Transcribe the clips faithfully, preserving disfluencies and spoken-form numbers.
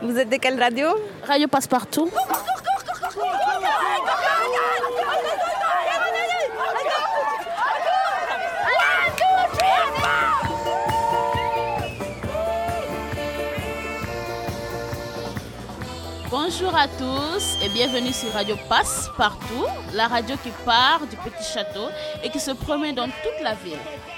Vous êtes de quelle radio? Radio Passepartout. Bonjour à tous et bienvenue sur Radio Passepartout, la radio qui part du petit château et qui se promène dans toute la ville.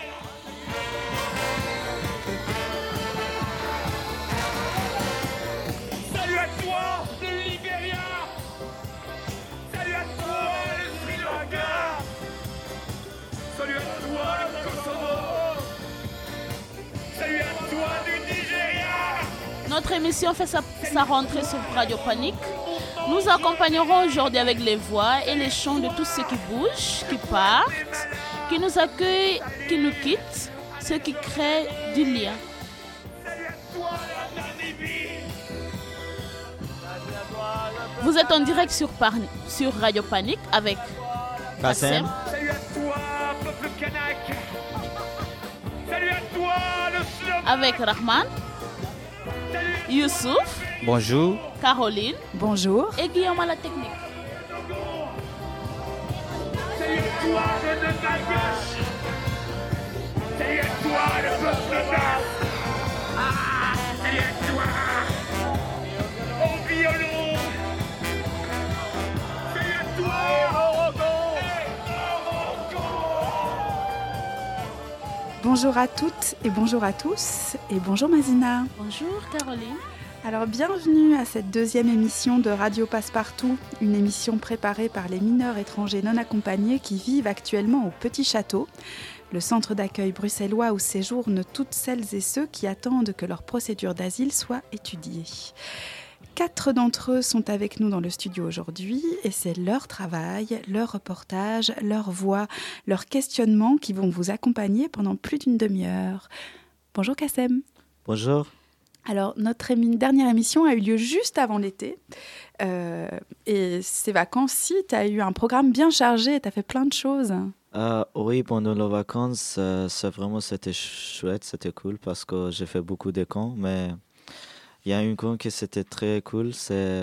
Salut à toi, le Libéria. Salut à toi, le Sri Lanka. Salut à toi, le Kosovo. Salut à toi, le Nigeria. Notre émission fait sa, sa rentrée sur Radio Panique. Nous accompagnerons aujourd'hui avec les voix et les chants de tous ceux qui bougent, qui partent, qui nous accueillent, qui nous quittent, ceux qui créent du lien. Vous êtes en direct sur, Par- sur Radio Panique avec Kassem. Salut à toi, peuple kanak. Salut à toi, le slow. avec Rahman, Youssouf, Bonjour. Caroline Bonjour. et Guillaume à la technique. Salut à toi, le Nagash. Salut à toi, le peuple Nas. Ah, salut à toi. Au violon. Salut à toi. Bonjour à toutes et bonjour à tous et bonjour Mazina. Bonjour Caroline. Alors bienvenue à cette deuxième émission de Radio Passepartout, une émission préparée par les mineurs étrangers non accompagnés qui vivent actuellement au Petit Château, le centre d'accueil bruxellois où séjournent toutes celles et ceux qui attendent que leur procédure d'asile soit étudiée. Quatre d'entre eux sont avec nous dans le studio aujourd'hui et c'est leur travail, leur reportage, leur voix, leurs questionnements qui vont vous accompagner pendant plus d'une demi-heure. Bonjour Kassem. Bonjour. Alors, notre émi- dernière émission a eu lieu juste avant l'été. Euh, et ces vacances-ci, tu as eu un programme bien chargé, tu as fait plein de choses. Euh, oui, pendant les vacances, euh, c'est vraiment c'était chouette, c'était cool parce que j'ai fait beaucoup de camps, mais il y a une camp qui c'était très cool, c'est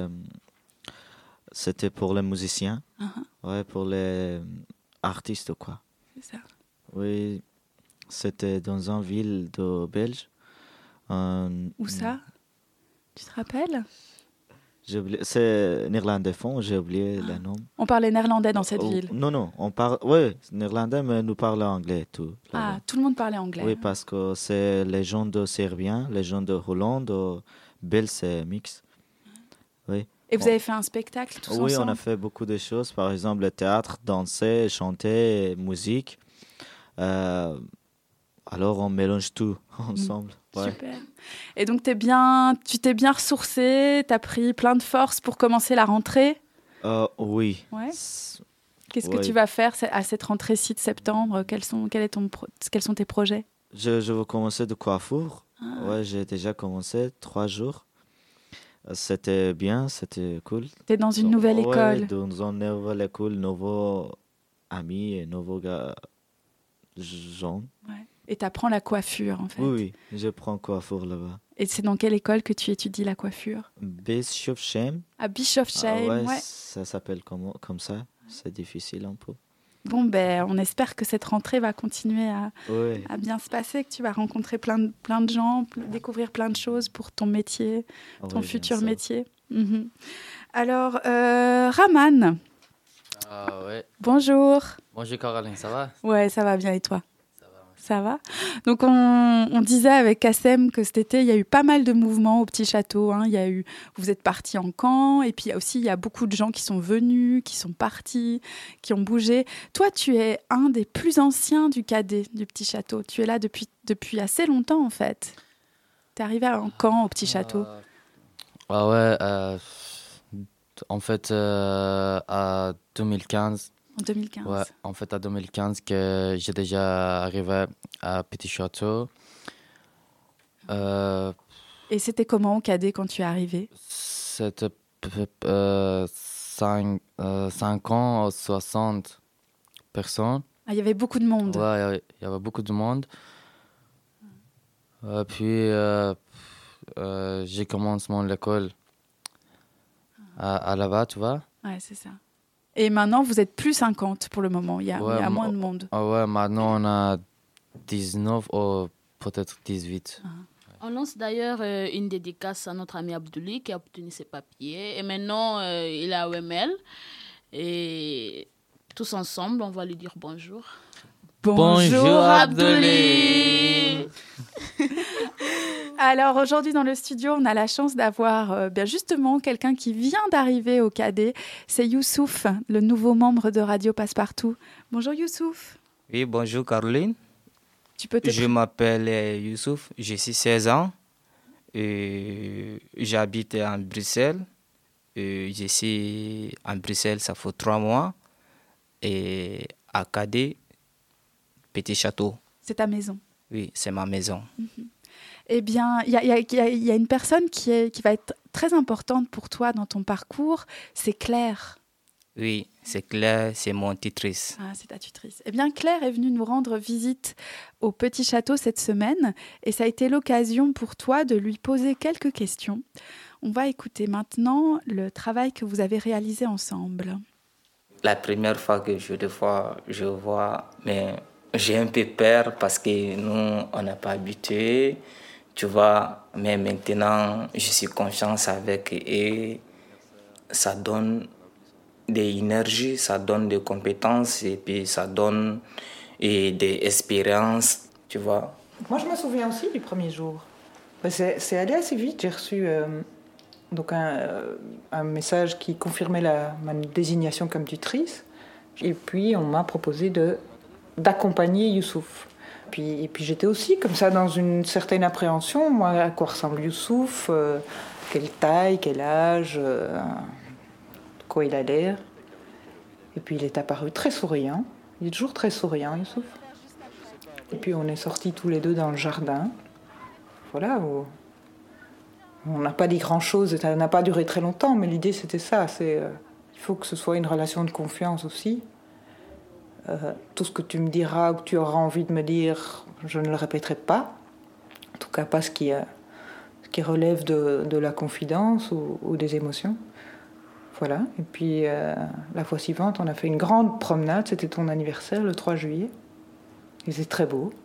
c'était pour les musiciens, Uh-huh. ouais, pour les artistes quoi. C'est ça. Oui, c'était dans une ville de Belge. Un- Où ça? Tu te rappelles? j'ai oublié- C'est néerlandais fond, j'ai oublié le nom. On parlait néerlandais dans cette Oh, ville. Non, non, on parle, oui, néerlandais, mais nous parlons anglais tout. là-bas. Ah, tout le monde parlait anglais. Oui, parce que c'est les gens de Serbien, les gens de Hollande, de Belge, c'est mix. Oui. Et vous avez fait un spectacle tous Oui, ensemble? on a fait beaucoup de choses. Par exemple, le théâtre, danser, chanter, musique. Euh, alors, on mélange tout ensemble. Ouais. Super. Et donc, t'es bien, tu t'es bien ressourcé, tu as pris plein de force pour commencer la rentrée. Euh, oui. Ouais. C'est- Qu'est-ce que Ouais. tu vas faire à cette rentrée-ci de septembre? Quels sont, quel est ton pro- quels sont tes projets? Je, je veux commencer de coiffure. Ah. Ouais, j'ai déjà commencé trois jours. Euh, C'était bien, c'était cool. T'es dans une Donc, nouvelle ouais, école. Dans une nouvelle école, nouveaux amis et nouveaux gars, gens. Et t'apprends la coiffure, en fait. Oui, oui, je prends coiffure là-bas. Et c'est dans quelle école que tu étudies la coiffure? Bischofsheim. À Bischofsheim, Ah ouais, ouais. ça s'appelle comme, comme ça. C'est difficile un peu. Bon, ben, on espère que cette rentrée va continuer à, Oui, à bien se passer, que tu vas rencontrer plein de, plein de gens, pl- découvrir plein de choses pour ton métier, ton oui, bien futur sûr. métier. Mhm. Alors, euh, Raman, Ah ouais. bonjour. Bonjour Caroline, ça va? Ouais, ça va bien et toi? Ça va. Ça va. Donc, on, on disait avec Kassem que cet été, il y a eu pas mal de mouvements au Petit Château. Hein. Il y a eu, vous êtes partis en camp, et puis il y a aussi il y a beaucoup de gens qui sont venus, qui sont partis, qui ont bougé. Toi, tu es un des plus anciens du cadet du Petit Château. Tu es là depuis, depuis assez longtemps, en fait. Tu es arrivé en camp au Petit Château. Euh, Ah ouais, euh, en fait, euh, à deux mille quinze, En deux mille quinze. ouais, en fait, à deux mille quinze, que j'ai déjà arrivé à Petit Château. Euh, Et c'était comment au cadet quand tu es arrivé? C'était euh, cinq ans, soixante personnes. Ah, il y avait beaucoup de monde. Ouais, il y avait- il y avait beaucoup de monde. Euh, puis, euh, euh, j'ai commencé mon école à, à là-bas, tu vois. Ouais, c'est ça. Et maintenant, vous êtes plus cinquante pour le moment. Il y a, Ouais, il y a m- moins de monde. Ah ouais, maintenant on a dix-neuf ou peut-être dix-huit. Ah. On lance d'ailleurs euh, une dédicace à notre ami Abdouli qui a obtenu ses papiers. Et maintenant, euh, il est à O M L. Et tous ensemble, on va lui dire bonjour. Bonjour, Abdouli. Alors aujourd'hui dans le studio, on a la chance d'avoir euh, bien justement quelqu'un qui vient d'arriver au Cadet. C'est Youssouf, le nouveau membre de Radio Passepartout. Bonjour Youssouf. Oui, bonjour Caroline. Tu peux te Je m'appelle euh, Youssouf, j'ai seize ans. Et j'habite en Bruxelles. Et je suis en Bruxelles, ça fait trois mois. Et à Cadet, Petit Château. C'est ta maison. Oui, c'est ma maison. Eh bien, il y a, y a- y a- y a une personne qui, est, qui va être très importante pour toi dans ton parcours, c'est Claire. Oui, c'est Claire, c'est mon tutrice. Ah, c'est ta tutrice. Eh bien, Claire est venue nous rendre visite au Petit Château cette semaine et ça a été l'occasion pour toi de lui poser quelques questions. On va écouter maintenant le travail que vous avez réalisé ensemble. La première fois que je le vois, je vois, mais j'ai un peu peur parce que nous, on n'a pas habitué, tu vois. Mais maintenant, je suis confiance avec eux. Ça donne des énergies, ça donne des compétences et puis ça donne et des expériences, tu vois. Moi, je me souviens aussi du premier jour. Ben, C'est c'est allé assez vite. J'ai reçu euh, donc un, euh, un message qui confirmait la, ma désignation comme tutrice. Et puis, on m'a proposé de, d'accompagner Youssouf. Puis, et puis, j'étais aussi comme ça dans une certaine appréhension. Moi, à quoi ressemble Youssouf, euh, quelle taille, quel âge, euh, de quoi il a l'air. Et puis, il est apparu très souriant. Il est toujours très souriant, Youssouf. Et puis on est sortis tous les deux dans le jardin. Voilà, où on n'a pas dit grand-chose, ça n'a pas duré très longtemps, mais l'idée c'était ça. C'est, euh, il faut que ce soit une relation de confiance aussi. Euh, tout ce que tu me diras ou que tu auras envie de me dire, je ne le répéterai pas. En tout cas pas ce qui, euh, ce qui relève de, de la confidence ou, ou des émotions. Voilà, et puis euh, la fois suivante, on a fait une grande promenade, c'était ton anniversaire, le trois juillet. Il était très beau.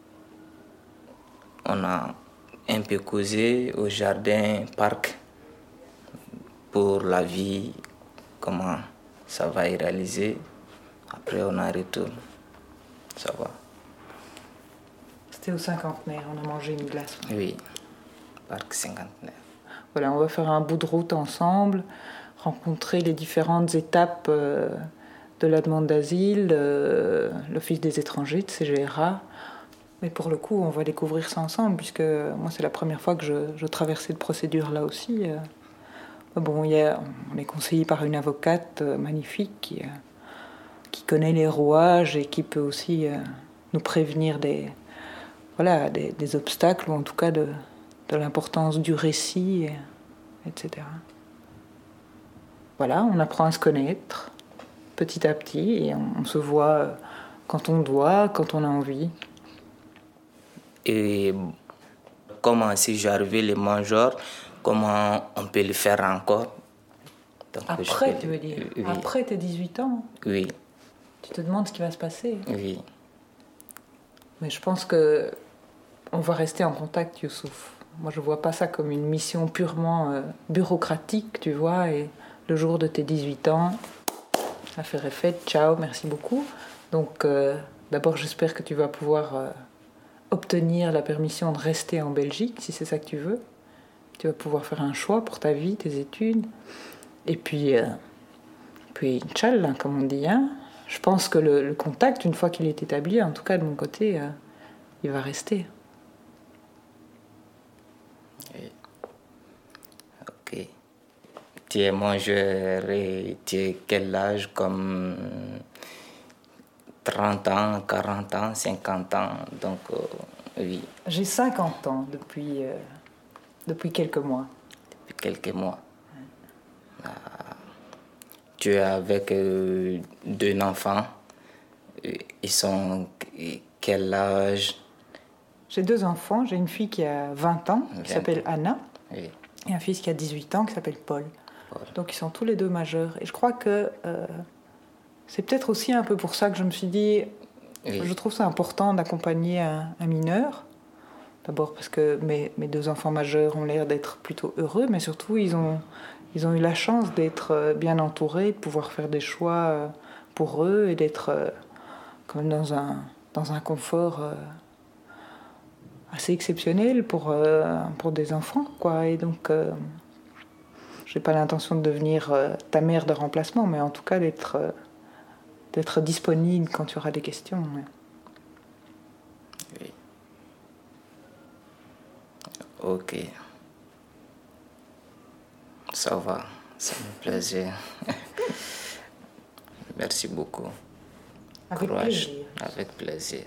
On a un peu causé au jardin, parc, pour la vie, comment ça va y réaliser. Après, on a retourné. Ça va. C'était au cinquantenaire, on a mangé une glace. Oui, parc cinquantenaire. Voilà, on va faire un bout de route ensemble, rencontrer les différentes étapes euh, de la demande d'asile, euh, l'Office des étrangers, de C G R A. Mais pour le coup, on va découvrir ça ensemble, puisque moi, c'est la première fois que je, je traverse cette procédure-là aussi. euh. Bon, il y a, on est conseillé par une avocate euh, magnifique qui, euh, qui connaît les rouages et qui peut aussi euh, nous prévenir des, voilà, des, des obstacles, ou en tout cas de, de l'importance du récit, et, etc. Voilà, on apprend à se connaître petit à petit et on, on se voit quand on doit, quand on a envie. Et comment, si j'arrivais les mangeurs, comment on peut le faire encore? Donc, je Après, peux tu le- veux dire Oui, Après tes dix-huit ans, oui, tu te demandes ce qui va se passer. oui. Mais je pense que on va rester en contact, Youssouf. Moi, je vois pas ça comme une mission purement euh, bureaucratique, tu vois. Et le jour de tes dix-huit ans, affaire est faite, ciao, merci beaucoup. Donc, euh, d'abord, j'espère que tu vas pouvoir euh, obtenir la permission de rester en Belgique, si c'est ça que tu veux. Tu vas pouvoir faire un choix pour ta vie, tes études. Et puis, euh, puis Inch'Allah, comme on dit, hein. Je pense que le, le contact, une fois qu'il est établi, en tout cas de mon côté, euh, il va rester. Ok. Tu es mangeur et tu es quel âge? Comme trente ans, quarante ans, cinquante ans. Donc, euh, oui, J'ai cinquante ans depuis, euh, depuis quelques mois. depuis quelques mois. Ah, tu es avec euh, deux enfants. Ils sont quel âge? J'ai deux enfants. J'ai une fille qui a vingt ans, qui vingt. s'appelle Anna, Oui. et un fils qui a dix-huit ans, qui s'appelle Paul. Paul. Donc ils sont tous les deux majeurs. Et je crois que euh, c'est peut-être aussi un peu pour ça que je me suis dit, Oui. je trouve ça important d'accompagner un, un mineur. D'abord parce que mes, mes deux enfants majeurs ont l'air d'être plutôt heureux, mais surtout ils ont, ils ont eu la chance d'être bien entourés, de pouvoir faire des choix pour eux et d'être quand même dans un, dans un confort assez exceptionnel pour, pour des enfants, quoi. Et donc, euh, j'ai pas l'intention de devenir ta mère de remplacement, mais en tout cas d'être, d'être disponible quand tu auras des questions. Oui. Ok. Ça va, ça me plaisait. Merci beaucoup. Avec Courage. plaisir. Avec plaisir.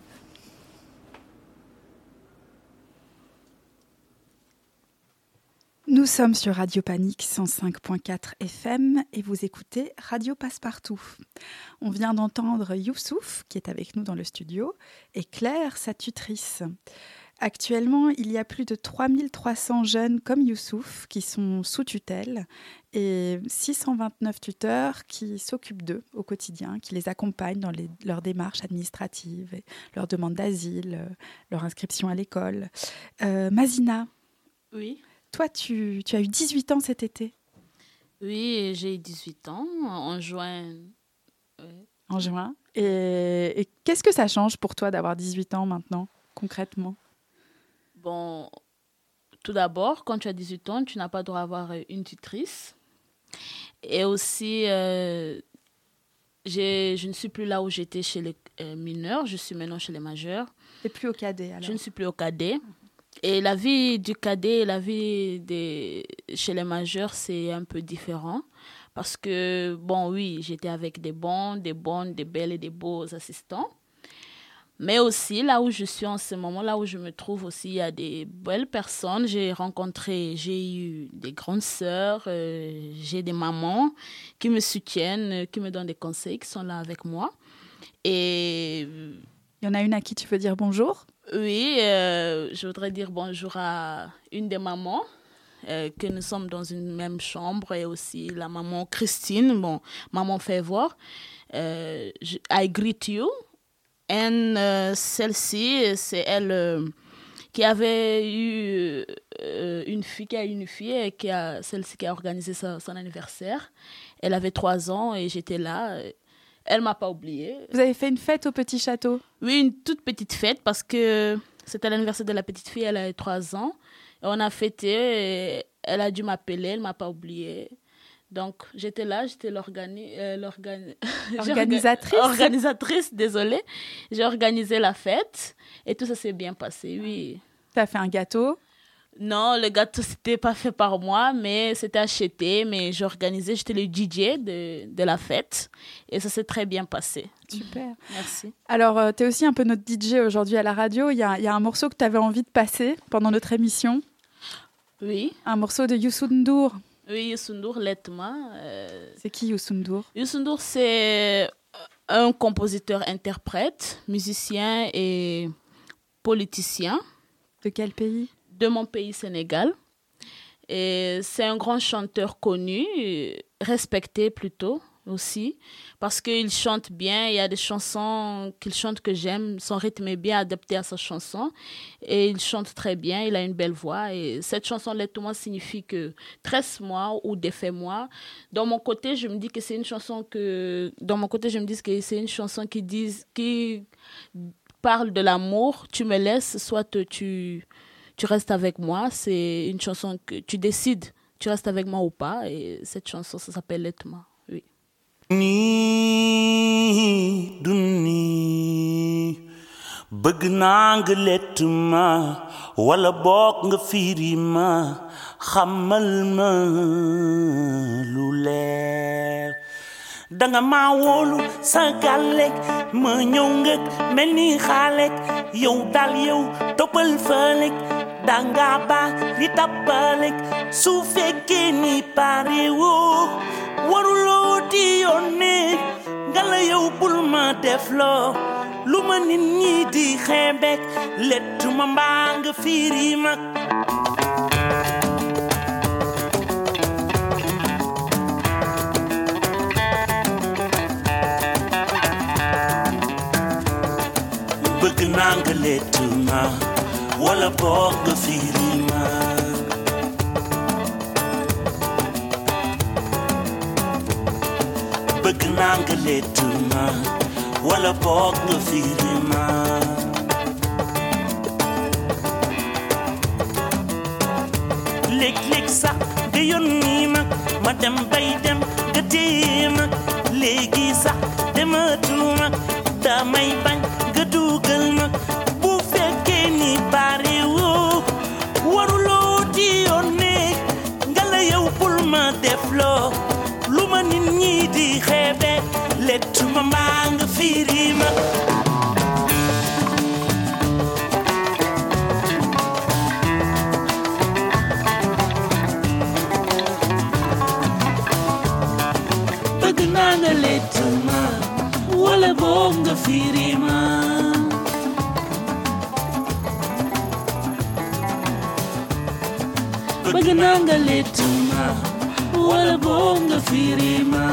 Nous sommes sur Radio Panique cent cinq point quatre F M et vous écoutez Radio Passepartout. On vient d'entendre Youssouf, qui est avec nous dans le studio, et Claire, sa tutrice. Actuellement, il y a plus de trois mille trois cents jeunes comme Youssouf qui sont sous tutelle et six cent vingt-neuf tuteurs qui s'occupent d'eux au quotidien, qui les accompagnent dans les, leurs démarches administratives, et leurs demandes d'asile, leur inscription à l'école. Euh, Mazina, Oui. toi, tu, tu as eu dix-huit ans cet été. Oui, j'ai dix-huit ans en juin. Oui. En juin. Et, et qu'est-ce que ça change pour toi d'avoir dix-huit ans maintenant, concrètement ? Bon, tout d'abord, quand tu as dix-huit ans, tu n'as pas le droit d'avoir une tutrice. Et aussi, euh, j'ai, je ne suis plus là où j'étais chez les euh, mineurs, je suis maintenant chez les majeurs. Tu n'es plus au cadet alors ? Je ne suis plus au cadet. Et la vie du cadet et la vie des, chez les majeurs, c'est un peu différent. Parce que, bon, oui, j'étais avec des bons, des bonnes, des belles et des beaux assistants. Mais aussi, là où je suis en ce moment, là où je me trouve aussi, il y a des belles personnes. J'ai rencontré, j'ai eu des grandes sœurs, euh, j'ai des mamans qui me soutiennent, qui me donnent des conseils, qui sont là avec moi. Et il y en a une à qui tu veux dire bonjour ? Oui, euh, je voudrais dire bonjour à une des mamans, euh, que nous sommes dans une même chambre, et aussi la maman Christine, bon, maman fait voir. Euh, je, I greet you. Et euh, celle-ci, c'est elle euh, qui avait eu euh, une fille, qui a eu une fille, et qui a, celle-ci qui a organisé sa, son anniversaire. Elle avait trois ans et j'étais là. Elle ne m'a pas oubliée. Vous avez fait une fête au Petit Château ? Oui, une toute petite fête parce que c'était l'anniversaire de la petite fille, elle avait trois ans. Et on a fêté, et elle a dû m'appeler, elle ne m'a pas oubliée. Donc, j'étais là, j'étais l'organi... euh, l'organi... Organisatrice Organisatrice, désolée. J'ai organisé la fête et tout ça s'est bien passé, oui. Tu as fait un gâteau ? Non, le gâteau, c'était pas fait par moi, mais c'était acheté. Mais j'ai organisé, j'étais le D J de, de la fête. Et ça s'est très bien passé. Super. Merci. Alors, euh, tu es aussi un peu notre D J aujourd'hui à la radio. Il y a, y a un morceau que tu avais envie de passer pendant notre émission. Oui. Un morceau de Youssou N'Dour. Oui, Youssou N'Dour, Letma. Euh... C'est qui Youssou N'Dour ? Youssou N'Dour, c'est un compositeur-interprète, musicien et politicien. De quel pays ? De mon pays, Sénégal. Et c'est un grand chanteur connu, respecté plutôt aussi, parce qu'il chante bien. Il y a des chansons qu'il chante que j'aime. Son rythme est bien adapté à sa chanson. Et il chante très bien, il a une belle voix. Et cette chanson, Lettement, signifie que tresse-moi ou défais-moi. Dans mon côté, je me dis que c'est une chanson que... Dans mon côté, je me dis que c'est une chanson qui dit... qui parle de l'amour. Tu me laisses, soit tu... tu restes avec moi, c'est une chanson que tu décides, tu restes avec moi ou pas. Et cette chanson, ça s'appelle Lettement, oui. Ni duni bëgg naa nga lett ma wala bokk nga firi ma xamal ma lu leer danga ma wóolu sa gàllek ma ñëw ngëk mel ni xaalek yow dal yow toppal falek danga ba li tappalek su fekkee ni pare woo waruloo di yónnee nga la yow bul ma def loo lu ma nit ñi di xeebek lettu ma mbaa nga fiiri ma bëgg naa nga lettu ma wala boog nga fiiri ma bëgg naa nga lettu ma wala boog nga fiiri ma léeg-léeg sax nga yónni ma ma dem bay dem nga téye ma léegi sax dematuma damay bañ nga dugal ma bu fekkee ni pare woo waruloo di yónnee nga la yow bul ma def loo lu ma nit ñi di xeebe lettu ma mbaa nga fiiri ma bëgg naa nga lettu ma wala boog nga fiiri ma bëgg naa nga lettu ma wala boog nga fiiri ma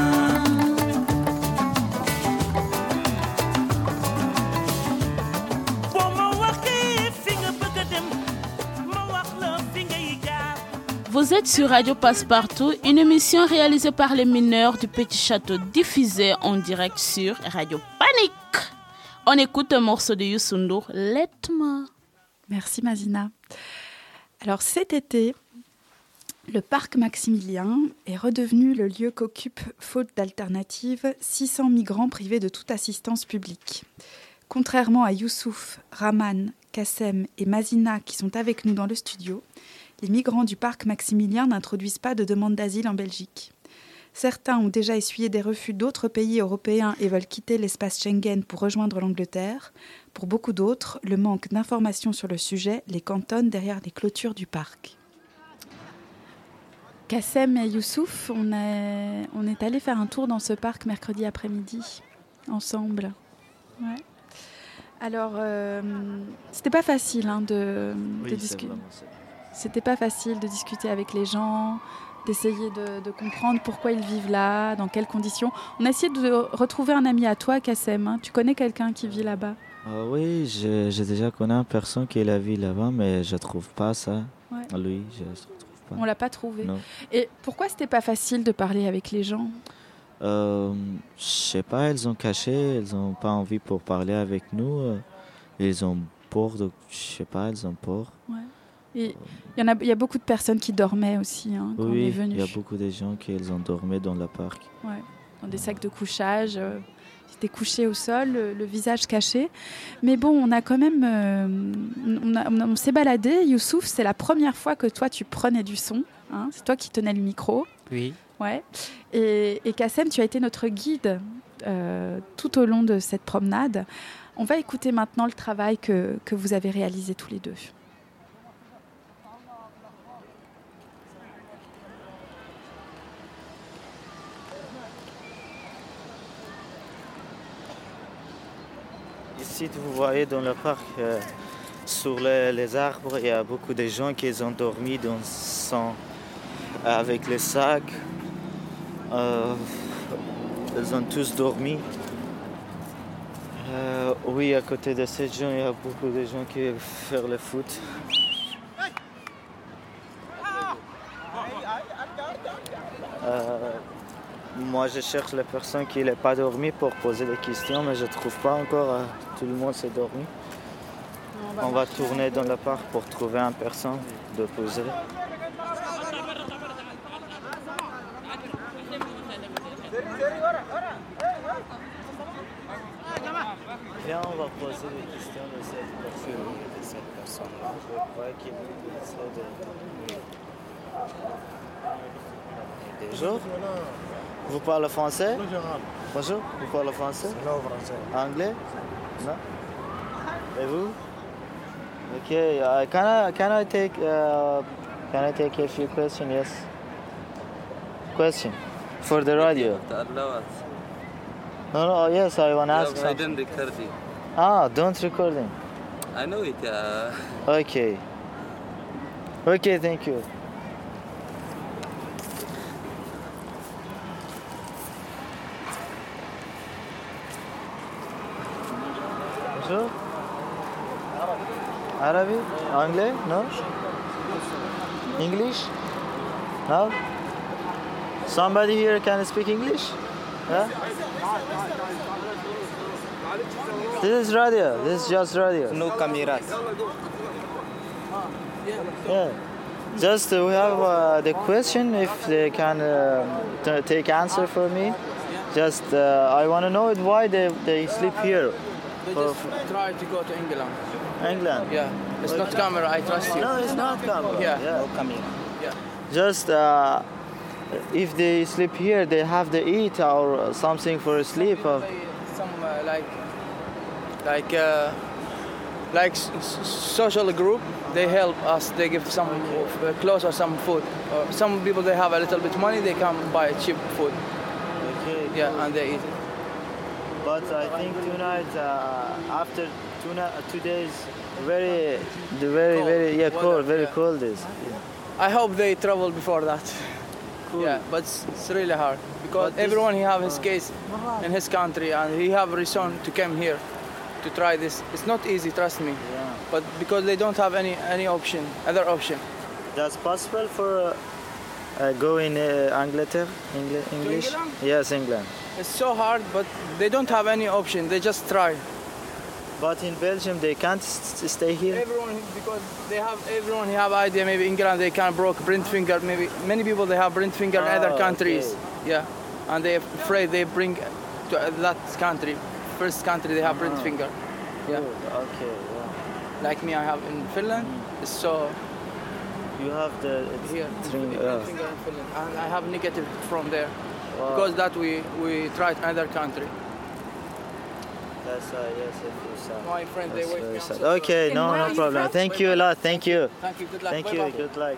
boo ma waxee fi nga bëgg a dem ma wax la fi ngay jaar. Vous êtes sur Radio Passepartout, une émission réalisée par les mineurs du Petit Château, diffusée en direct sur Radio Panique. On écoute un morceau de Youssou N'Dour, Let-moi. Merci Mazina. Alors cet été, le parc Maximilien est redevenu le lieu qu'occupent, faute d'alternative, six cents migrants privés de toute assistance publique. Contrairement à Youssouf, Raman, Kassem et Mazina qui sont avec nous dans le studio, les migrants du parc Maximilien n'introduisent pas de demande d'asile en Belgique. Certains ont déjà essuyé des refus d'autres pays européens et veulent quitter l'espace Schengen pour rejoindre l'Angleterre. Pour beaucoup d'autres, le manque d'informations sur le sujet les cantonne derrière les clôtures du parc. Kassem et Youssouf, on est, on est allés faire un tour dans ce parc mercredi après-midi, ensemble. Ouais. Alors, euh, c'était pas facile hein, de, Oui, de c'est discuter. vraiment ça. C'était pas facile de discuter avec les gens, d'essayer de, de comprendre pourquoi ils vivent là, dans quelles conditions. On a essayé de retrouver un ami à toi, Kassem. Hein. Tu connais quelqu'un qui vit là-bas? Ah oui, je- j'ai déjà connu une personne qui la vit là-bas, mais je trouve pas ça. Ouais. Lui, je ne trouve pas. On l'a pas trouvé. Non. Et pourquoi c'était pas facile de parler avec les gens? Euh, je sais pas, ils ont caché, ils ont pas envie pour parler avec nous. euh, Ils ont peur de, je sais pas, ils ont peur. Ouais. Et il y en a, il y a beaucoup de personnes qui dormaient aussi hein, quand on est Oui, venu. il y a beaucoup de gens qui ils ont dormi dans le parc. Ouais, dans des sacs de couchage. Euh, ils étaient couchés au sol, le, le visage caché. Mais bon, on a quand même... euh, on a- on a- on s'est baladé. Youssouf, c'est la première fois que toi, tu prenais du son. Hein, c'est toi qui tenais le micro. Oui. Ouais. Et, et Kassem, tu as été notre guide euh, tout au long de cette promenade. On va écouter maintenant le travail que, que vous avez réalisé tous les deux. Ici, vous voyez dans le parc, euh, sur les, les arbres, il y a beaucoup de gens qui ont dormi dans son, avec les sacs. Euh, ils ont tous dormi. Euh, oui, à côté de ces gens, il y a beaucoup de gens qui font le foot. Euh, moi, je cherche les personnes qui n'ont pas dormi pour poser des questions, mais je ne trouve pas encore. euh, tout le monde s'est dormi. On va tourner dans le parc pour trouver une personne de poser. Viens, on va poser des questions de cette personne. De cette personne-là. Je crois qu'il essaie de... Bonjour. Vous parlez français? Bonjour. Vous parlez français? Non, français. Anglais? Non? Et vous? Okay. Uh, can I can I take uh, can I take a few questions? Yes. Question for the radio. No, no. Yes, I want to ask something. Ah, don't recording. I know it. Uh... Okay. Okay, thank you. Bonjour. Arabic? Anglais? No? English? No? Somebody here can speak English? Yeah? This is radio. This is just radio. No cameras. Yeah. Just uh, we have uh, the question if they can uh, t- take answer for me. Just uh, I want to know it why they, they sleep here. They For- just try to go to England. England. Yeah, it's not camera. I trust you. No, it's not camera. Yeah. No camera. Yeah. Just uh, if they sleep here, they have to eat or something for sleep. Or... They- Some uh, like like uh, like s- s- social group. They help us. They give some uh, clothes or some food. Or some people they have a little bit money. They come buy cheap food. Okay. Yeah, and they eat. But I think tonight, uh, after two, na- two days, very, the very, Cold. very, yeah, cold, Weather, very yeah. cold is. I hope they travel before that. Cool. Yeah, but it's, it's really hard because But this- everyone he have his case in his country and he have reason to come here to try this. It's not easy, trust me. Yeah. But because they don't have any any option, other option. That's possible for uh, uh, go in uh, Angleterre, Engli- English? England? Yes, England. It's so hard, but they don't have any option. They just try. But in Belgium, they can't s- stay here. Everyone because they have everyone he have idea. Maybe England they can broke print finger. Maybe many people they have print finger in Oh, other countries. okay. Yeah, and they afraid they bring to that country. First country they have print Uh-huh. finger. Yeah. Cool. Okay. Yeah. Like me, I have in Finland. It's so You have the here, three, print uh, finger in Finland, and I have negative from there wow. because that we we tried another country. That's uh, yes, it is. Uh, My friend, they that's wait very me sad. outside. Okay, And no, where are no you problem. from? Thank you a lot. Thank you. Thank you. Good luck. Thank Bye you. bye. Good luck.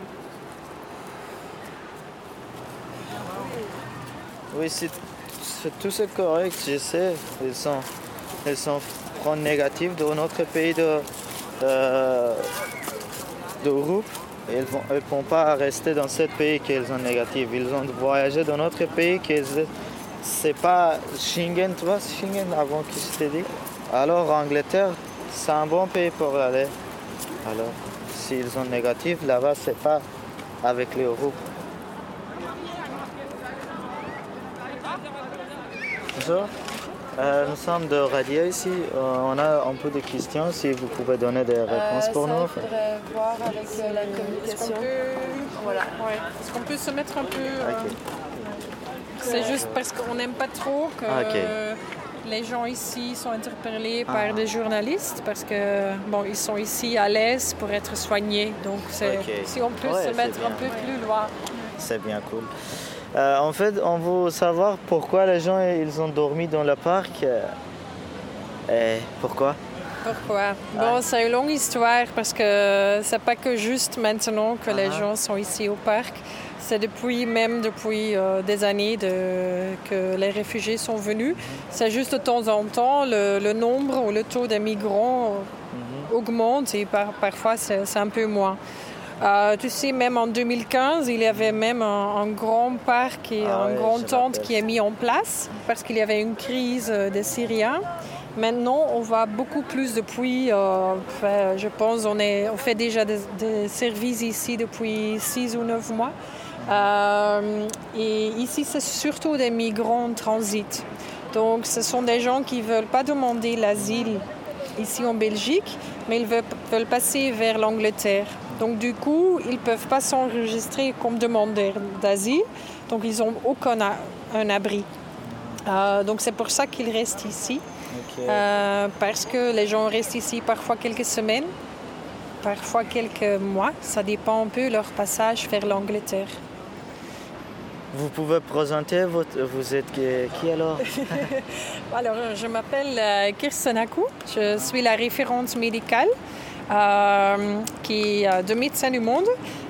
Oui, c'est c'est tout c'est correct, je sais. Ils sont, ils sont francs négatifs de notre pays de euh, d'Europe. Ils vont, ils vont pas rester dans ce pays qu'ils sont négatifs. Ils ont voyagé dans notre pays qu'ils c'est pas Schengen, tu vois, Schengen avant que je t'ai dit. Alors Angleterre, c'est un bon pays pour aller. Alors, s'ils sont négatifs, là-bas, c'est pas avec l'Europe. Bonjour. Euh, nous sommes de radio ici. Euh, on a un peu de questions. Si vous pouvez donner des réponses Euh, pour ça, nous. il faudrait voir avec euh, la communication. Voilà. Ouais. Est-ce qu'on peut se mettre un peu... euh, Ok. C'est juste parce qu'on n'aime pas trop que Ah, ok. euh, les gens ici sont interpellés par des journalistes parce que bon, ils sont ici à l'aise pour être soignés. Donc c'est- Ok. si on peut Ouais, se c'est mettre un bien. peu plus loin. C'est bien cool. Euh, en fait, on veut savoir pourquoi les gens ils ont dormi dans le parc. euh, Et pourquoi? Pourquoi? Bon, c'est une longue histoire parce que c'est pas que juste maintenant que les Ah. gens sont ici au parc. C'est depuis même depuis euh, des années de- que les réfugiés sont venus. C'est juste de temps en temps le, le nombre ou le taux des migrants euh, augmente et par- parfois c'est c'est un peu moins. Euh, tu sais, même en deux mille quinze, il y avait même un, un grand parc et Ah un ouais, grand je tente rappelle. qui est mis en place parce qu'il y avait une crise euh, des Syriens. Maintenant, on voit beaucoup plus depuis, euh, fait, je pense, on, est, on fait déjà des, des services ici depuis six ou neuf mois. Euh, et ici, c'est surtout des migrants en transit. Donc, ce sont des gens qui ne veulent pas demander l'asile ici en Belgique, mais ils veulent, veulent passer vers l'Angleterre. Donc, du coup, ils ne peuvent pas s'enregistrer comme demandeurs d'asile. Donc, ils n'ont aucun a- un abri. Euh, donc, c'est pour ça qu'ils restent ici. Ok. Euh, parce que les gens restent ici parfois quelques semaines, parfois quelques mois. Ça dépend un peu de leur passage vers l'Angleterre. Vous pouvez présenter votre... Vous êtes qui, qui alors? Alors, je m'appelle euh, Kirsten Akou. Je suis la référente médicale euh, qui est de Médecins du Monde.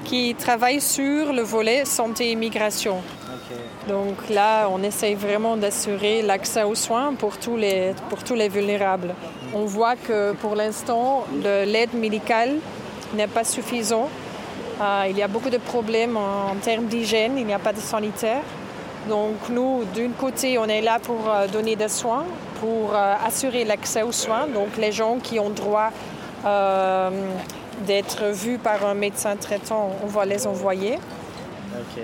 qui travaille sur le volet santé et migration. Okay. Donc là, on essaye vraiment d'assurer l'accès aux soins pour tous les, pour tous les vulnérables. On voit que pour l'instant, le, l'aide médicale n'est pas suffisante. Euh, il y a beaucoup de problèmes en, en termes d'hygiène, il n'y a pas de sanitaire. Donc nous, d'un côté, on est là pour euh, donner des soins, pour euh, assurer l'accès aux soins. Donc les gens qui ont droit euh, d'être vus par un médecin traitant, on va les envoyer. Ok.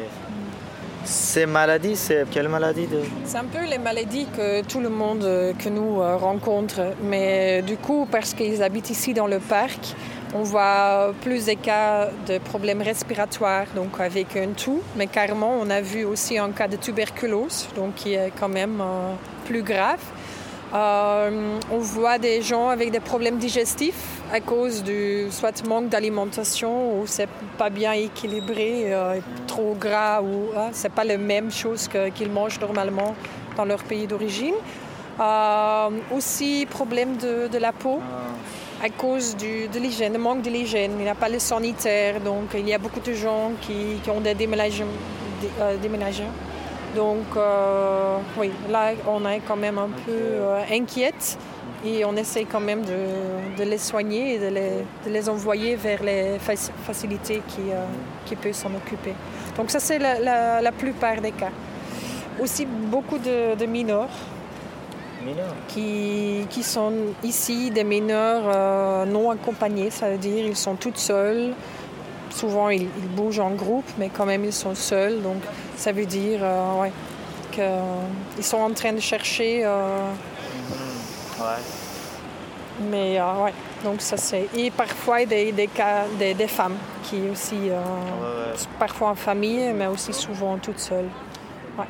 Ces maladies, c'est quelle maladie de... C'est un peu les maladies que tout le monde que nous euh, rencontre. Mais du coup, parce qu'ils habitent ici dans le parc, on voit plus des cas de problèmes respiratoires, donc avec un tout. Mais carrément, on a vu aussi un cas de tuberculose, donc qui est quand même euh, plus grave. Euh, on voit des gens avec des problèmes digestifs à cause du soit manque d'alimentation ou c'est pas bien équilibré, euh, trop gras ou ah, c'est pas la même chose que, qu'ils mangent normalement dans leur pays d'origine. Euh, aussi problème de, de la peau à cause du, de l'hygiène, le manque de l'hygiène. Il n'y a pas le sanitaire, donc il y a beaucoup de gens qui, qui ont des déménagements. Des, euh, déménagements. Donc, euh, oui, là, on est quand même un peu euh, inquiète et on essaie quand même de, de les soigner et de les, de les envoyer vers les fac- facilités qui, euh, qui peuvent s'en occuper. Donc, ça, c'est la, la, la plupart des cas. Aussi, beaucoup de, de mineurs, mineurs. Qui, qui sont ici, des mineurs euh, non accompagnés, ça veut dire ils sont toutes seuls. Souvent, ils, ils bougent en groupe, mais quand même, ils sont seuls. Donc, ça veut dire euh, ouais, qu'ils sont en train de chercher. Euh... Mmh. Ouais. Mais, euh, ouais. Donc, ça, c'est... Et parfois, des, des cas, des, des femmes qui aussi, euh, ouais, ouais. Parfois en famille, mais aussi souvent toutes seules. Ouais.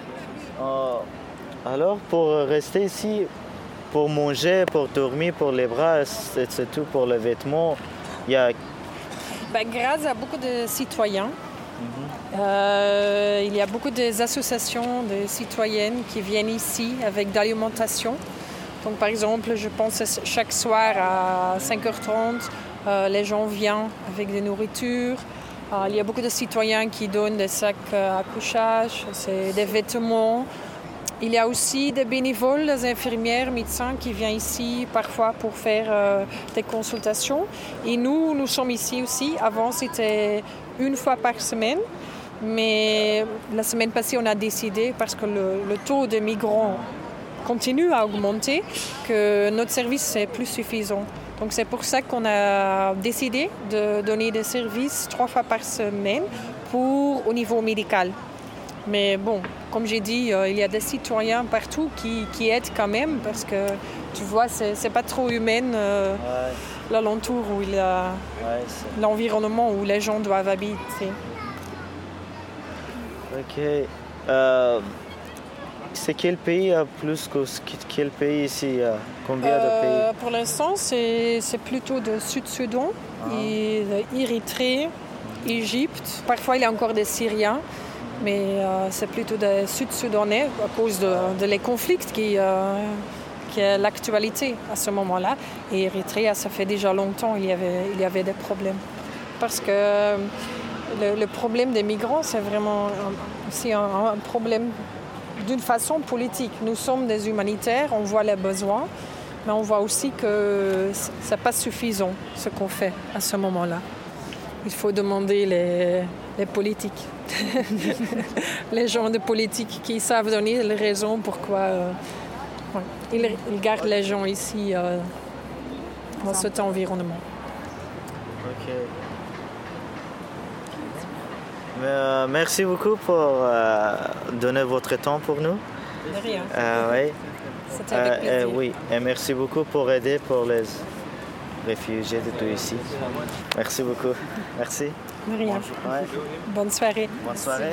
Euh, alors, pour rester ici, pour manger, pour dormir, pour les bras, c'est, c'est tout pour les vêtements, il y a... Ben, grâce à beaucoup de citoyens, mm-hmm. euh, il y a beaucoup d'associations de citoyennes qui viennent ici avec de l'alimentation. Donc, par exemple, je pense chaque soir à cinq heures trente, euh, les gens viennent avec des nourritures. Euh, il y a beaucoup de citoyens qui donnent des sacs à couchage, c'est des vêtements. Il y a aussi des bénévoles, des infirmières, médecins qui viennent ici parfois pour faire euh, des consultations. Et nous, nous sommes ici aussi. Avant, c'était une fois par semaine. Mais la semaine passée, on a décidé, parce que le, le taux de migrants continue à augmenter, que notre service n'est plus suffisant. Donc c'est pour ça qu'on a décidé de donner des services trois fois par semaine pour, au niveau médical. Mais bon, comme j'ai dit, euh, il y a des citoyens partout qui, qui aident quand même parce que, tu vois, c'est, c'est pas trop humain euh, ouais. L'alentour où il y a ouais, l'environnement où les gens doivent habiter. Ok. Euh, c'est quel pays a plus que quel pays ici? Combien euh, de pays? Pour l'instant, c'est, c'est plutôt de Sud-Soudan, ah. et d'Érythrée, Égypte. Parfois, il y a encore des Syriens. Mais euh, c'est plutôt des Sud-Soudanais à cause de, de les conflits qui, euh, qui est l'actualité à ce moment-là. Et Érythrée, ça fait déjà longtemps il y avait, il y avait des problèmes. Parce que le, le problème des migrants, c'est vraiment aussi un, un problème d'une façon politique. Nous sommes des humanitaires, on voit les besoins, mais on voit aussi que ce n'est pas suffisant ce qu'on fait à ce moment-là. Il faut demander les, les politiques. Les gens de politique qui savent donner les raisons pourquoi euh, ouais, ils, ils gardent les gens ici euh, dans cet environnement. Ok. Mais, euh, merci beaucoup pour euh, donner votre temps pour nous. De rien. Euh, oui. C'était avec plaisir. Euh, oui, et merci beaucoup pour aider pour les réfugiés de tout ici. Merci beaucoup. Merci. De rien. Ouais. Bonne soirée. Bonne soirée.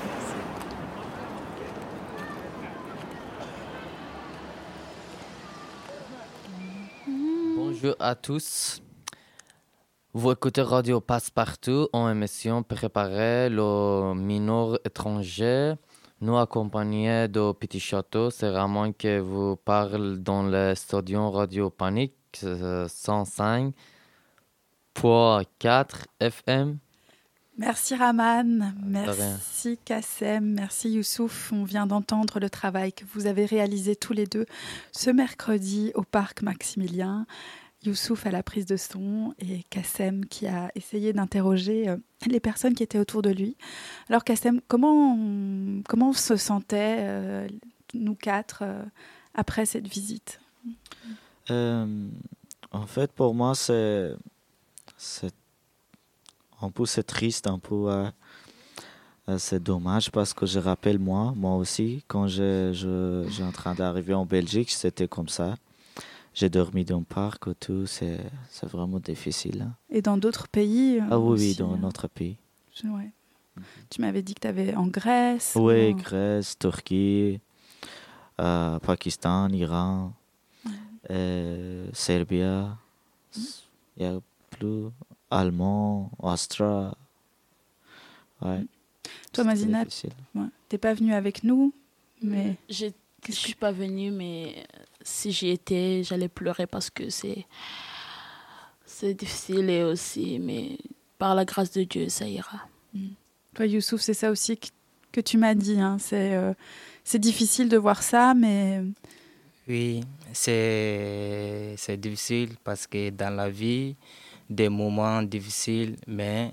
Bonjour à tous. Vous écoutez Radio Passepartout en émission préparée le mineur étranger. Nous accompagnés de Petit Château, c'est Ramon qui vous parle dans le studio Radio Panique cent cinq point quatre F M. Merci Raman, merci Kassem, merci Youssouf. On vient d'entendre le travail que vous avez réalisé tous les deux ce mercredi au parc Maximilien. Youssouf à la prise de son et Kassem qui a essayé d'interroger euh, les personnes qui étaient autour de lui. Alors Kassem, comment on, comment on se sentait, euh, nous quatre, euh, après cette visite ? euh, En fait, pour moi, c'est... c'est un peu c'est triste, un peu euh, euh, c'est dommage parce que je rappelle moi, moi aussi, quand je, je, j'ai en train d'arriver en Belgique, c'était comme ça. J'ai dormi dans le parc et tout, c'est, c'est vraiment difficile. Hein. Et dans d'autres pays Ah oui, aussi, oui, dans hein. notre pays. Ouais. Mm-hmm. Tu m'avais dit que tu avais en Grèce. Oui, ou... Grèce, Turquie, euh, Pakistan, Iran, ouais. euh, Serbie, il y a plus... Allemand, Austria. Ouais. Toi, Mazina, ouais. T'es pas venue avec nous, mais je ne suis pas venue, mais si j'y étais, j'allais pleurer parce que c'est c'est difficile et aussi, mais par la grâce de Dieu, ça ira. Mm. Toi, Youssouf, c'est ça aussi que, que tu m'as dit. Hein. C'est euh, c'est difficile de voir ça, mais oui, c'est c'est difficile parce que dans la vie des moments difficiles, mais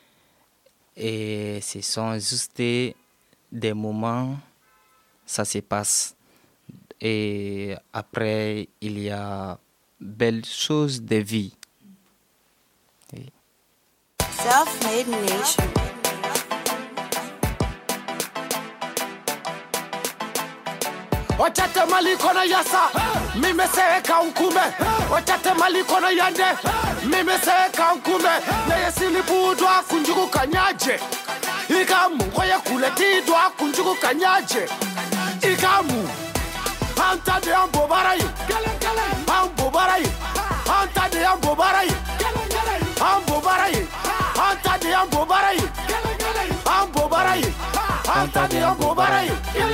et ce sont juste des moments, ça se passe. Et après, il y a belles choses de vie. Oui. Self-made nation. Ochate mali kono yasa, mime se kankume. Ochate mali kono yande, mime se kankume. Na yesili budwa kunjuku kanyaje. Ikamu koye kuleti dwa kunjuku kanyaje. Ikamu anta de ambo barai, ambo barai, anta de ambo barai, ambo barai, anta de ambo barai, ambo barai, anta de ambo barai.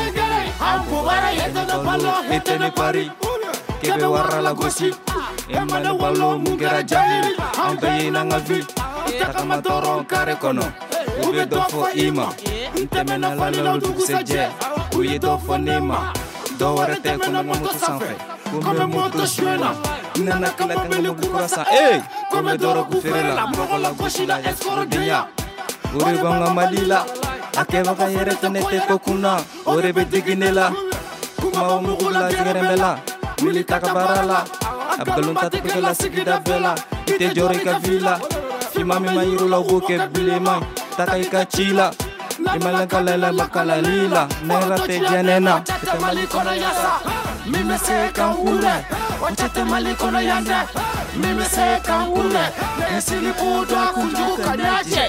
Etene pari kebe warra la gosi emane ballo mungera jahil ambe nanga vi takama toro kare kono ube do fo ima ntemena la lo du seje uye do fo nema do warete kono moto sanfe comme moto shwena nana kala kala mo kurasa eh comme doro ku ferela mboko la gosi la escoro dia ure banga malila akeba ka yere tenete kokuna ore be diginela kuma mugula tirembela milita kabarala abgalun tatu la sigida bela ite jore ka vila fima mi mayiru la goke bilema takai ka chila imala kala la bakala lila nera te janena te mali kono yasa mime se kankule ochete mali kono yande mime se kankule esili podwa kunjuka nyaje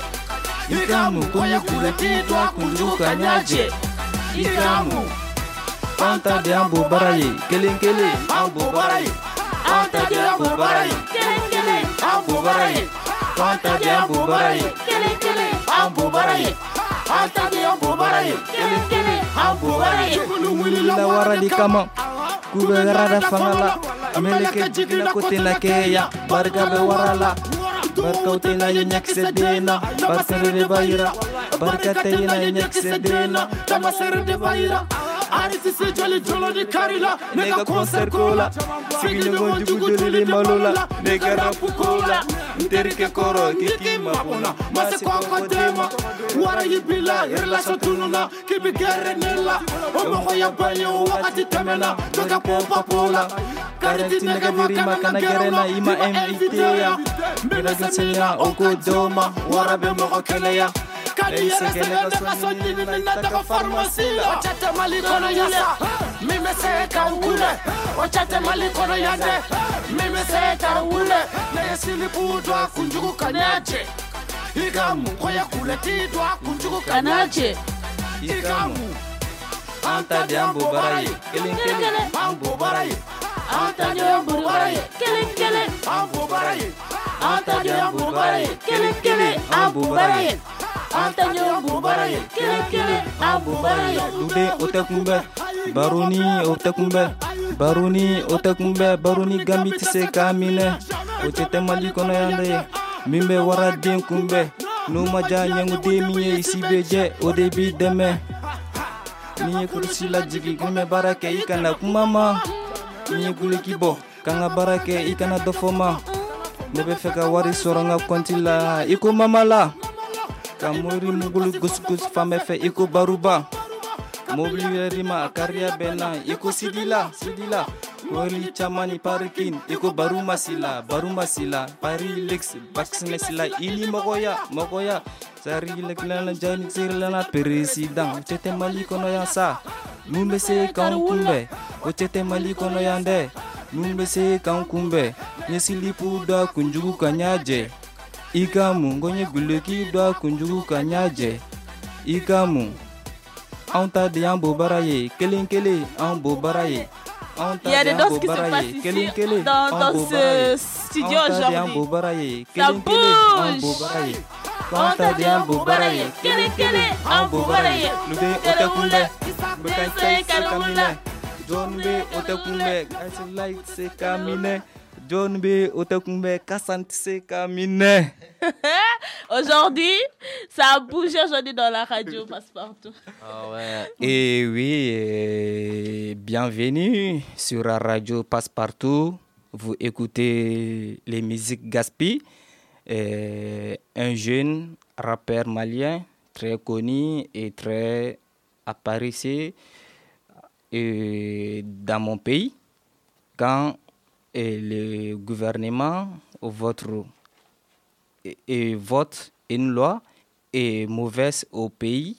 ikamu koye kuleti dwa kunjuka nyaje ikamu Anta de ambo baraye, kelen kelen, ambo baraye. Anta de ambo baraye, kelen kelen, ambo baraye. Anta de ambo baraye, kelen kelen, ambo baraye. Anta de ambo baraye, kelen kelen, ambo baraye. La wara di kama, kube rada fangala, meleke jigina kote na keya, barga be warala. Barka utena yenyak sedena, barka de bayira, barka teyina yenyak sedena, tamasere de bayira. Arisi se joli jolo di karila, nega concert kola. Sigi nyongo jugu joli malola, nega rapu kola. Nterike koro kiki mapona, mase koko dema. Wara yibila, irla sotununa, kibi gere nila. Omoko ya banyo, wakati temena, doga pompa pola. Kareti nega virima, kana gerena, ima M I T ya. Mina gansenya, oko doma, wara be moko keleya. Kadi yere se nende kasoni ni nende ka farmasi. Ochate mali kono yasa, mime se kankule. Ochate mali kono yande, mime se kankule. Na yesili budwa kunjuku kanyaje. Ikamu koye kuleti dwa kunjuku kanyaje. Ikamu anta de ambo baraye, kelen kelen, ambo baraye. Anta de ambo baraye, kelen kelen, ambo baraye. Anta de ambo baraye, kelen kelen, ambo baraye. Anta de ambo baraye, kelen kelen, ambo baraye. Dude otakumbe, baruni otakumbe, baruni otakumbe, baruni gambiti se kamine. Ochete mali kono yande, mimbe wara den kumbe, Numa janyangu demi isi beje au début demain. Ni kursi la jigi kume barake ikana kumama. Ni guliki bo kanga barake ikana dofoma. Nebe feka wari soranga kontila iko mamala. Kamuri mugulu gusgus fame fe iko baruba. Mobili rima karia bena iko sidila sidila. Wali chamani parikin iko baruma sila baruma sila pari lex vaccine sila ini mogoya mogoya sari leklana jani sirlana president tete mali kono ya sa numbe se kan kumbe o tete mali kono ya nde numbe se kan kumbe nyesili puda kunjugu kanyaje ikamu ngonye guleki da kunjugu kanyaje ikamu anta de ambo baraye kelen kele ambo baraye. Il y a des danses qui se passent ici dans, dans ce studio aujourd'hui. Ça bouge. On t'a dit un beau baraye. Kele kele, un beau baraye. Kele oule, c'est kele John B. Otakumbe, I like se kamine. John B. Otakumbe, Kassant se kamine. Aujourd'hui, ça a bougé aujourd'hui dans la radio Passepartout. Ah ouais. Et oui, et bienvenue sur la radio Passepartout. Vous écoutez les musiques Gaspi. Et un jeune rappeur malien très connu et très apprécié dans mon pays. Quand le gouvernement votre et, et vote une loi est mauvaise au pays,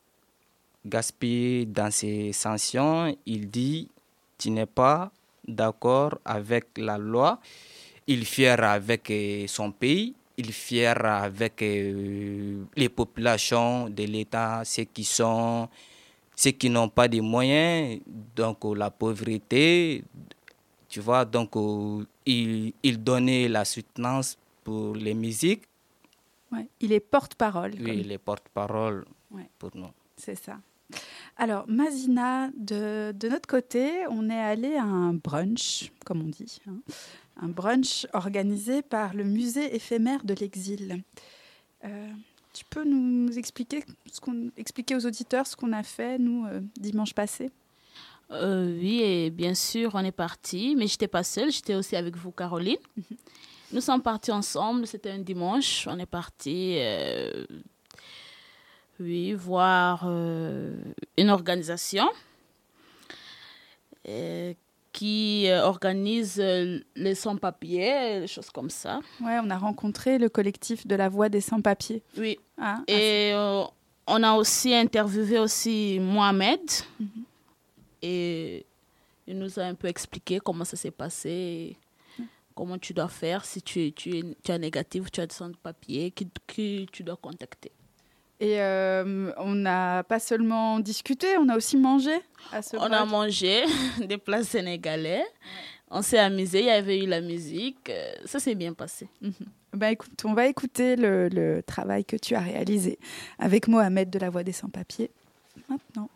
Gaspi dans ses sanctions, il dit tu n'es pas d'accord avec la loi, il est fier avec son pays, il est fier avec les populations de l'État, ceux qui sont ceux qui n'ont pas de moyens, donc la pauvreté, tu vois, donc il, il donnait la soutenance pour les musiques. Ouais, il est porte-parole. Oui, comme... il est porte-parole ouais. pour nous. C'est ça. Alors, Mazina, de, de notre côté, on est allé à un brunch, comme on dit, hein, un brunch organisé par le musée éphémère de l'exil. Euh, tu peux nous expliquer, ce qu'on, expliquer aux auditeurs ce qu'on a fait, nous, euh, dimanche passé ? euh, Oui, et bien sûr, on est partis, mais je n'étais pas seule, j'étais aussi avec vous, Caroline. Mm-hmm. Nous sommes partis ensemble, c'était un dimanche, on est partis euh, oui, voir euh, une organisation euh, qui organise les sans-papiers, des choses comme ça. Oui, on a rencontré le collectif de la Voix des sans-papiers. Oui, ah, et euh, on a aussi interviewé aussi Mohamed, mm-hmm. et il nous a un peu expliqué comment ça s'est passé, comment tu dois faire si tu, tu, es, tu es négatif ou tu as des sans-papiers, qui, qui tu dois contacter. Et euh, on n'a pas seulement discuté, on a aussi mangé à ce On brunch. a mangé des plats sénégalais, ouais. On s'est amusé, il y avait eu la musique, ça s'est bien passé. Mm-hmm. Ben, écoute, on va écouter le, le travail que tu as réalisé avec Mohamed de la Voix des Sans-Papiers maintenant.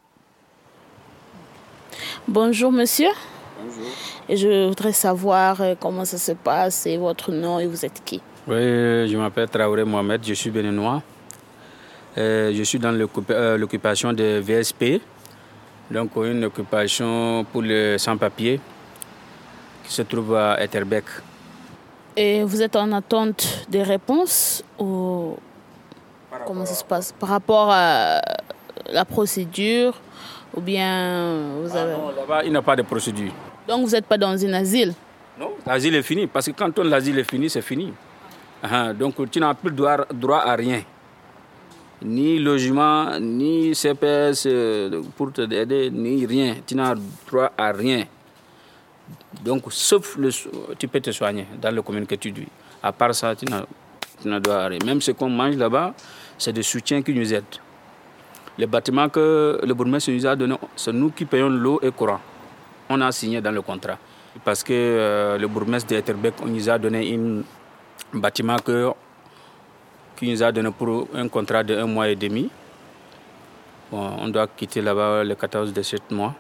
Bonjour monsieur. Bonjour. Et je voudrais savoir comment ça se passe et votre nom et vous êtes qui? Oui, je m'appelle Traoré Mohamed, je suis béninois. Euh, je suis dans l'occup- euh, l'occupation de V S P, donc une occupation pour les sans-papiers qui se trouve à Etterbeek. Et vous êtes en attente des réponses ou comment ça se passe par rapport à la procédure ou bien vous avez... Ah non, là-bas, il n'y a pas de procédure. Donc vous n'êtes pas dans un asile? Non, l'asile est fini, parce que quand on l'asile est fini, c'est fini. Ah, donc tu n'as plus droit, droit à rien. Ni logement, ni C P S pour te aider, ni rien. Tu n'as droit à rien. Donc, sauf le, tu peux te soigner dans le commune que tu vis. À part ça, tu n'as, tu n'as droit à rien. Même ce qu'on mange là-bas, c'est des soutiens qui nous aident. Les bâtiments que le bourgmestre nous a donnés, c'est nous qui payons l'eau et le courant. On a signé dans le contrat. Parce que euh, le bourgmestre d'Etterbeek, on nous a donné un bâtiment que qui nous a donné pour un contrat de un mois et demi. Bon, on doit quitter là-bas le quatorze de ce mois,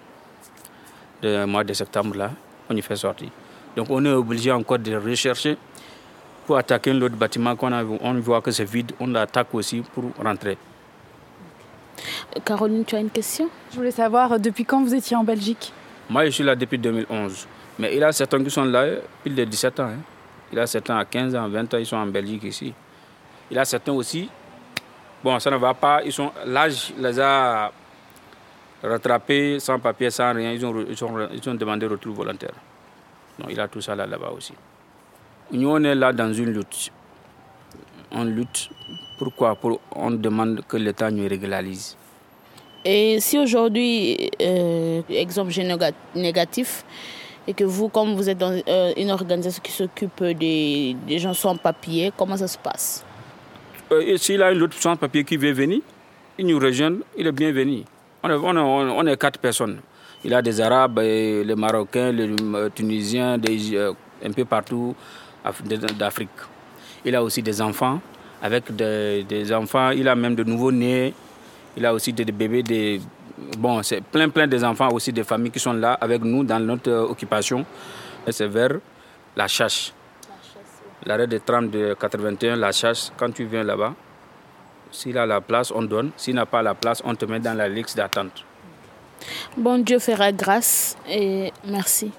le mois de septembre là, on y fait sortir. Donc on est obligé encore de rechercher pour attaquer l'autre bâtiment, qu'on a, on voit que c'est vide, on l'attaque aussi pour rentrer. Caroline, tu as une question? Je voulais savoir, depuis quand vous étiez en Belgique? Moi, je suis là depuis deux mille onze. Mais il y a certains qui sont là depuis de dix-sept ans. Hein. Il y a certains à quinze ans, vingt ans, ils sont en Belgique ici. Il y a certains aussi, bon, ça ne va pas, ils sont, l'âge les a rattrapés sans papier, sans rien, ils ont, ils ont, ils ont demandé retour volontaire. Donc il y a tout ça là, là-bas aussi. Nous, on est là dans une lutte. On lutte. Pourquoi? Pour, on demande que l'État nous régularise. Et si aujourd'hui, euh, exemple négatif, et que vous, comme vous êtes dans euh, une organisation qui s'occupe des, des gens sans papier, comment ça se passe? euh, S'il y a une autre sans papier qui veut venir, il nous rejoint, il est bienvenu. On est, on est, on est quatre personnes. Il y a des Arabes, les Marocains, les Tunisiens, des, euh, un peu partout d'Afrique. Il a aussi des enfants, avec des, des enfants, il a même de nouveaux-nés. Il a aussi des bébés, des... bon, c'est plein, plein des enfants aussi, des familles qui sont là avec nous dans notre euh, occupation. Et c'est vers la Chache. L'arrêt de tram de quatre-vingt-un, la Chache, quand tu viens là-bas, s'il a la place, on donne. S'il n'a pas la place, on te met dans la liste d'attente. Bon Dieu fera grâce et merci.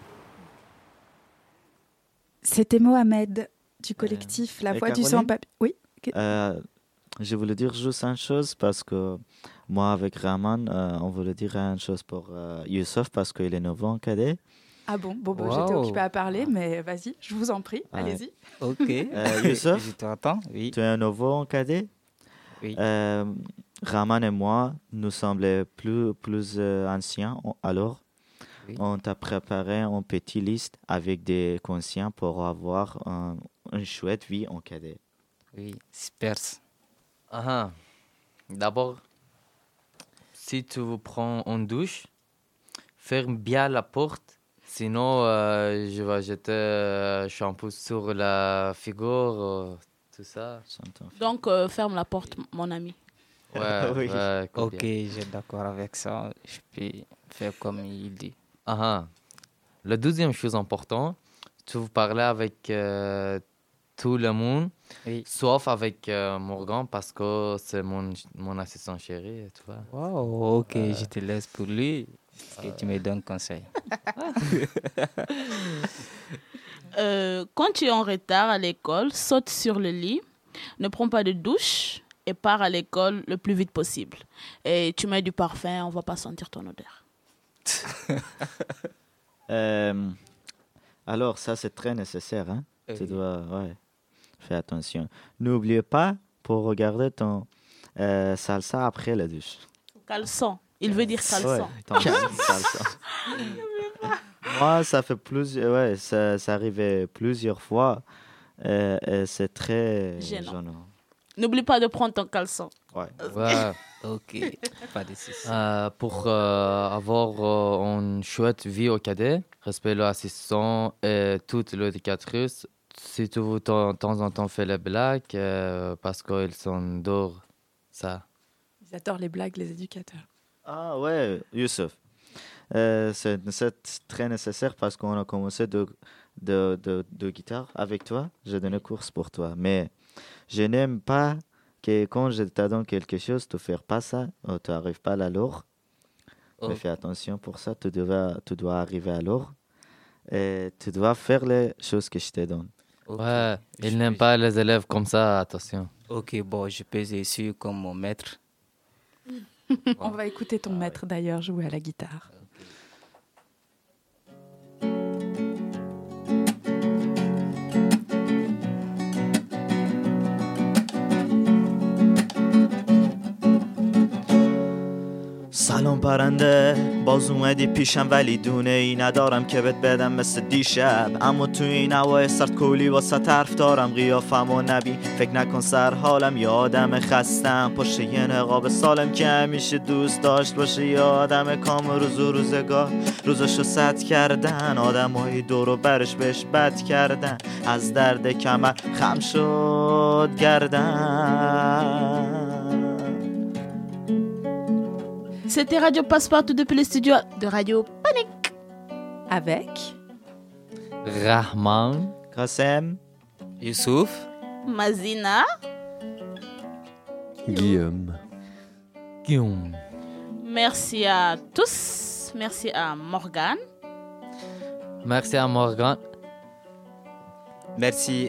C'était Mohamed du collectif euh, La Voix du Sans-Papier. Oui. Euh, je voulais dire juste une chose parce que moi avec Rahman, euh, on voulait dire une chose pour euh, Youssef parce qu'il est nouveau en cadet. Ah bon, bon, bon wow. J'étais occupée à parler, mais vas-y, je vous en prie, ouais. Allez-y. Ok. euh, Youssef, je t'entends, oui. Tu es un nouveau en cadet. Oui. Euh, Rahman et moi, nous sommes les plus, plus euh, anciens, alors oui. On t'a préparé une petite liste avec des conscients pour avoir un, une chouette vie en cadet. Oui, super. Uh-huh. D'abord, si tu prends une douche, ferme bien la porte, sinon euh, je vais jeter euh, shampoo sur la figure, euh, tout ça. Donc euh, ferme la porte, mon ami. Ouais, oui. ouais, ok, je suis d'accord avec ça. Je peux faire comme il dit. Uh-huh. La deuxième chose importante, tu veux parler avec euh, tout le monde, oui. Sauf avec euh, Morgan parce que c'est mon, mon assistant chéri, tu vois. Wow, ok, euh, je te laisse pour lui. Parce que tu me donnes conseil. euh, quand tu es en retard à l'école, saute sur le lit, ne prends pas de douche et pars à l'école le plus vite possible. Et tu mets du parfum, on ne va pas sentir ton odeur. euh, alors, ça, c'est très nécessaire. Hein? Oui. Tu dois ouais, faire attention. N'oublie pas pour regarder ton euh, salsa après la douche. Caleçon. Il veut dire caleçon. Ouais, ton caleçon. Moi, ça fait plusieurs... Ouais, ça, ça arrivait plusieurs fois. Euh, et c'est très gênant. gênant. N'oublie pas de prendre ton caleçon. Ouais. Ouais. Ok. Pas de soucis. Euh, pour euh, avoir euh, une chouette vie au cadet, respecte l'assistant et toute l'éducatrice. Si tu veux de temps en temps faire les blagues, euh, parce qu'ils sont d'or, ça. Ils adorent les blagues, les éducateurs. Ah ouais, Youssef. Euh, c'est, c'est très nécessaire parce qu'on a commencé de, de, de, de guitare avec toi. J'ai donné cours pour toi. Mais je n'aime pas que quand je te donne quelque chose, tu ne fais pas ça, ou tu n'arrives pas à l'heure. Oh. Mais fais attention pour ça, tu dois, tu dois arriver à l'heure. Et tu dois faire les choses que je te donne. Okay. Ouais, il n'aime pas les élèves comme ça, attention. Ok, bon, je peux essayer comme mon maître. On va écouter ton maître d'ailleurs jouer à la guitare. سلام پرنده باز اومدی پیشم ولی دونه ای ندارم که بهت بدم مثل دیشب اما تو این هوای سرد کولی واسه طرف دارم قیافم و نبین فکر نکن سر حالم یه آدم خستم پشت یه نقاب سالم که همیشه دوست داشت باشه یه آدم کام روز و روزگار روزاشو سد کردن آدمای دور و برش بهش بد کردن از درد کمر خم شد گردن. C'était Radio Passepartout depuis les studios de Radio Panique. Avec Rahman, Qassem Youssouf. Mazina. Guillaume. Guillaume. Merci à tous. Merci à Morgane. Merci à Morgane. Merci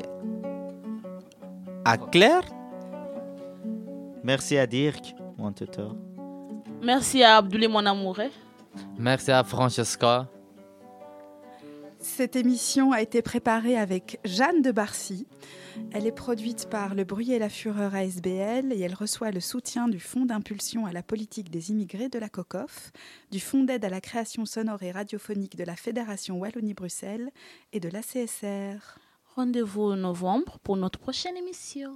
à Claire. Merci à Dirk, mon tuteur. Merci à Abdoulaye, mon amoureux. Merci à Francesca. Cette émission a été préparée avec Jeanne de Barcy. Elle est produite par Le Bruit et la Fureur A S B L et elle reçoit le soutien du Fonds d'impulsion à la politique des immigrés de la COCOF, du Fonds d'aide à la création sonore et radiophonique de la Fédération Wallonie-Bruxelles et de l'A C S R. Rendez-vous en novembre pour notre prochaine émission.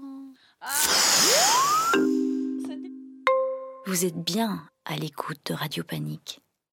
Vous êtes bien à l'écoute de Radio Panique.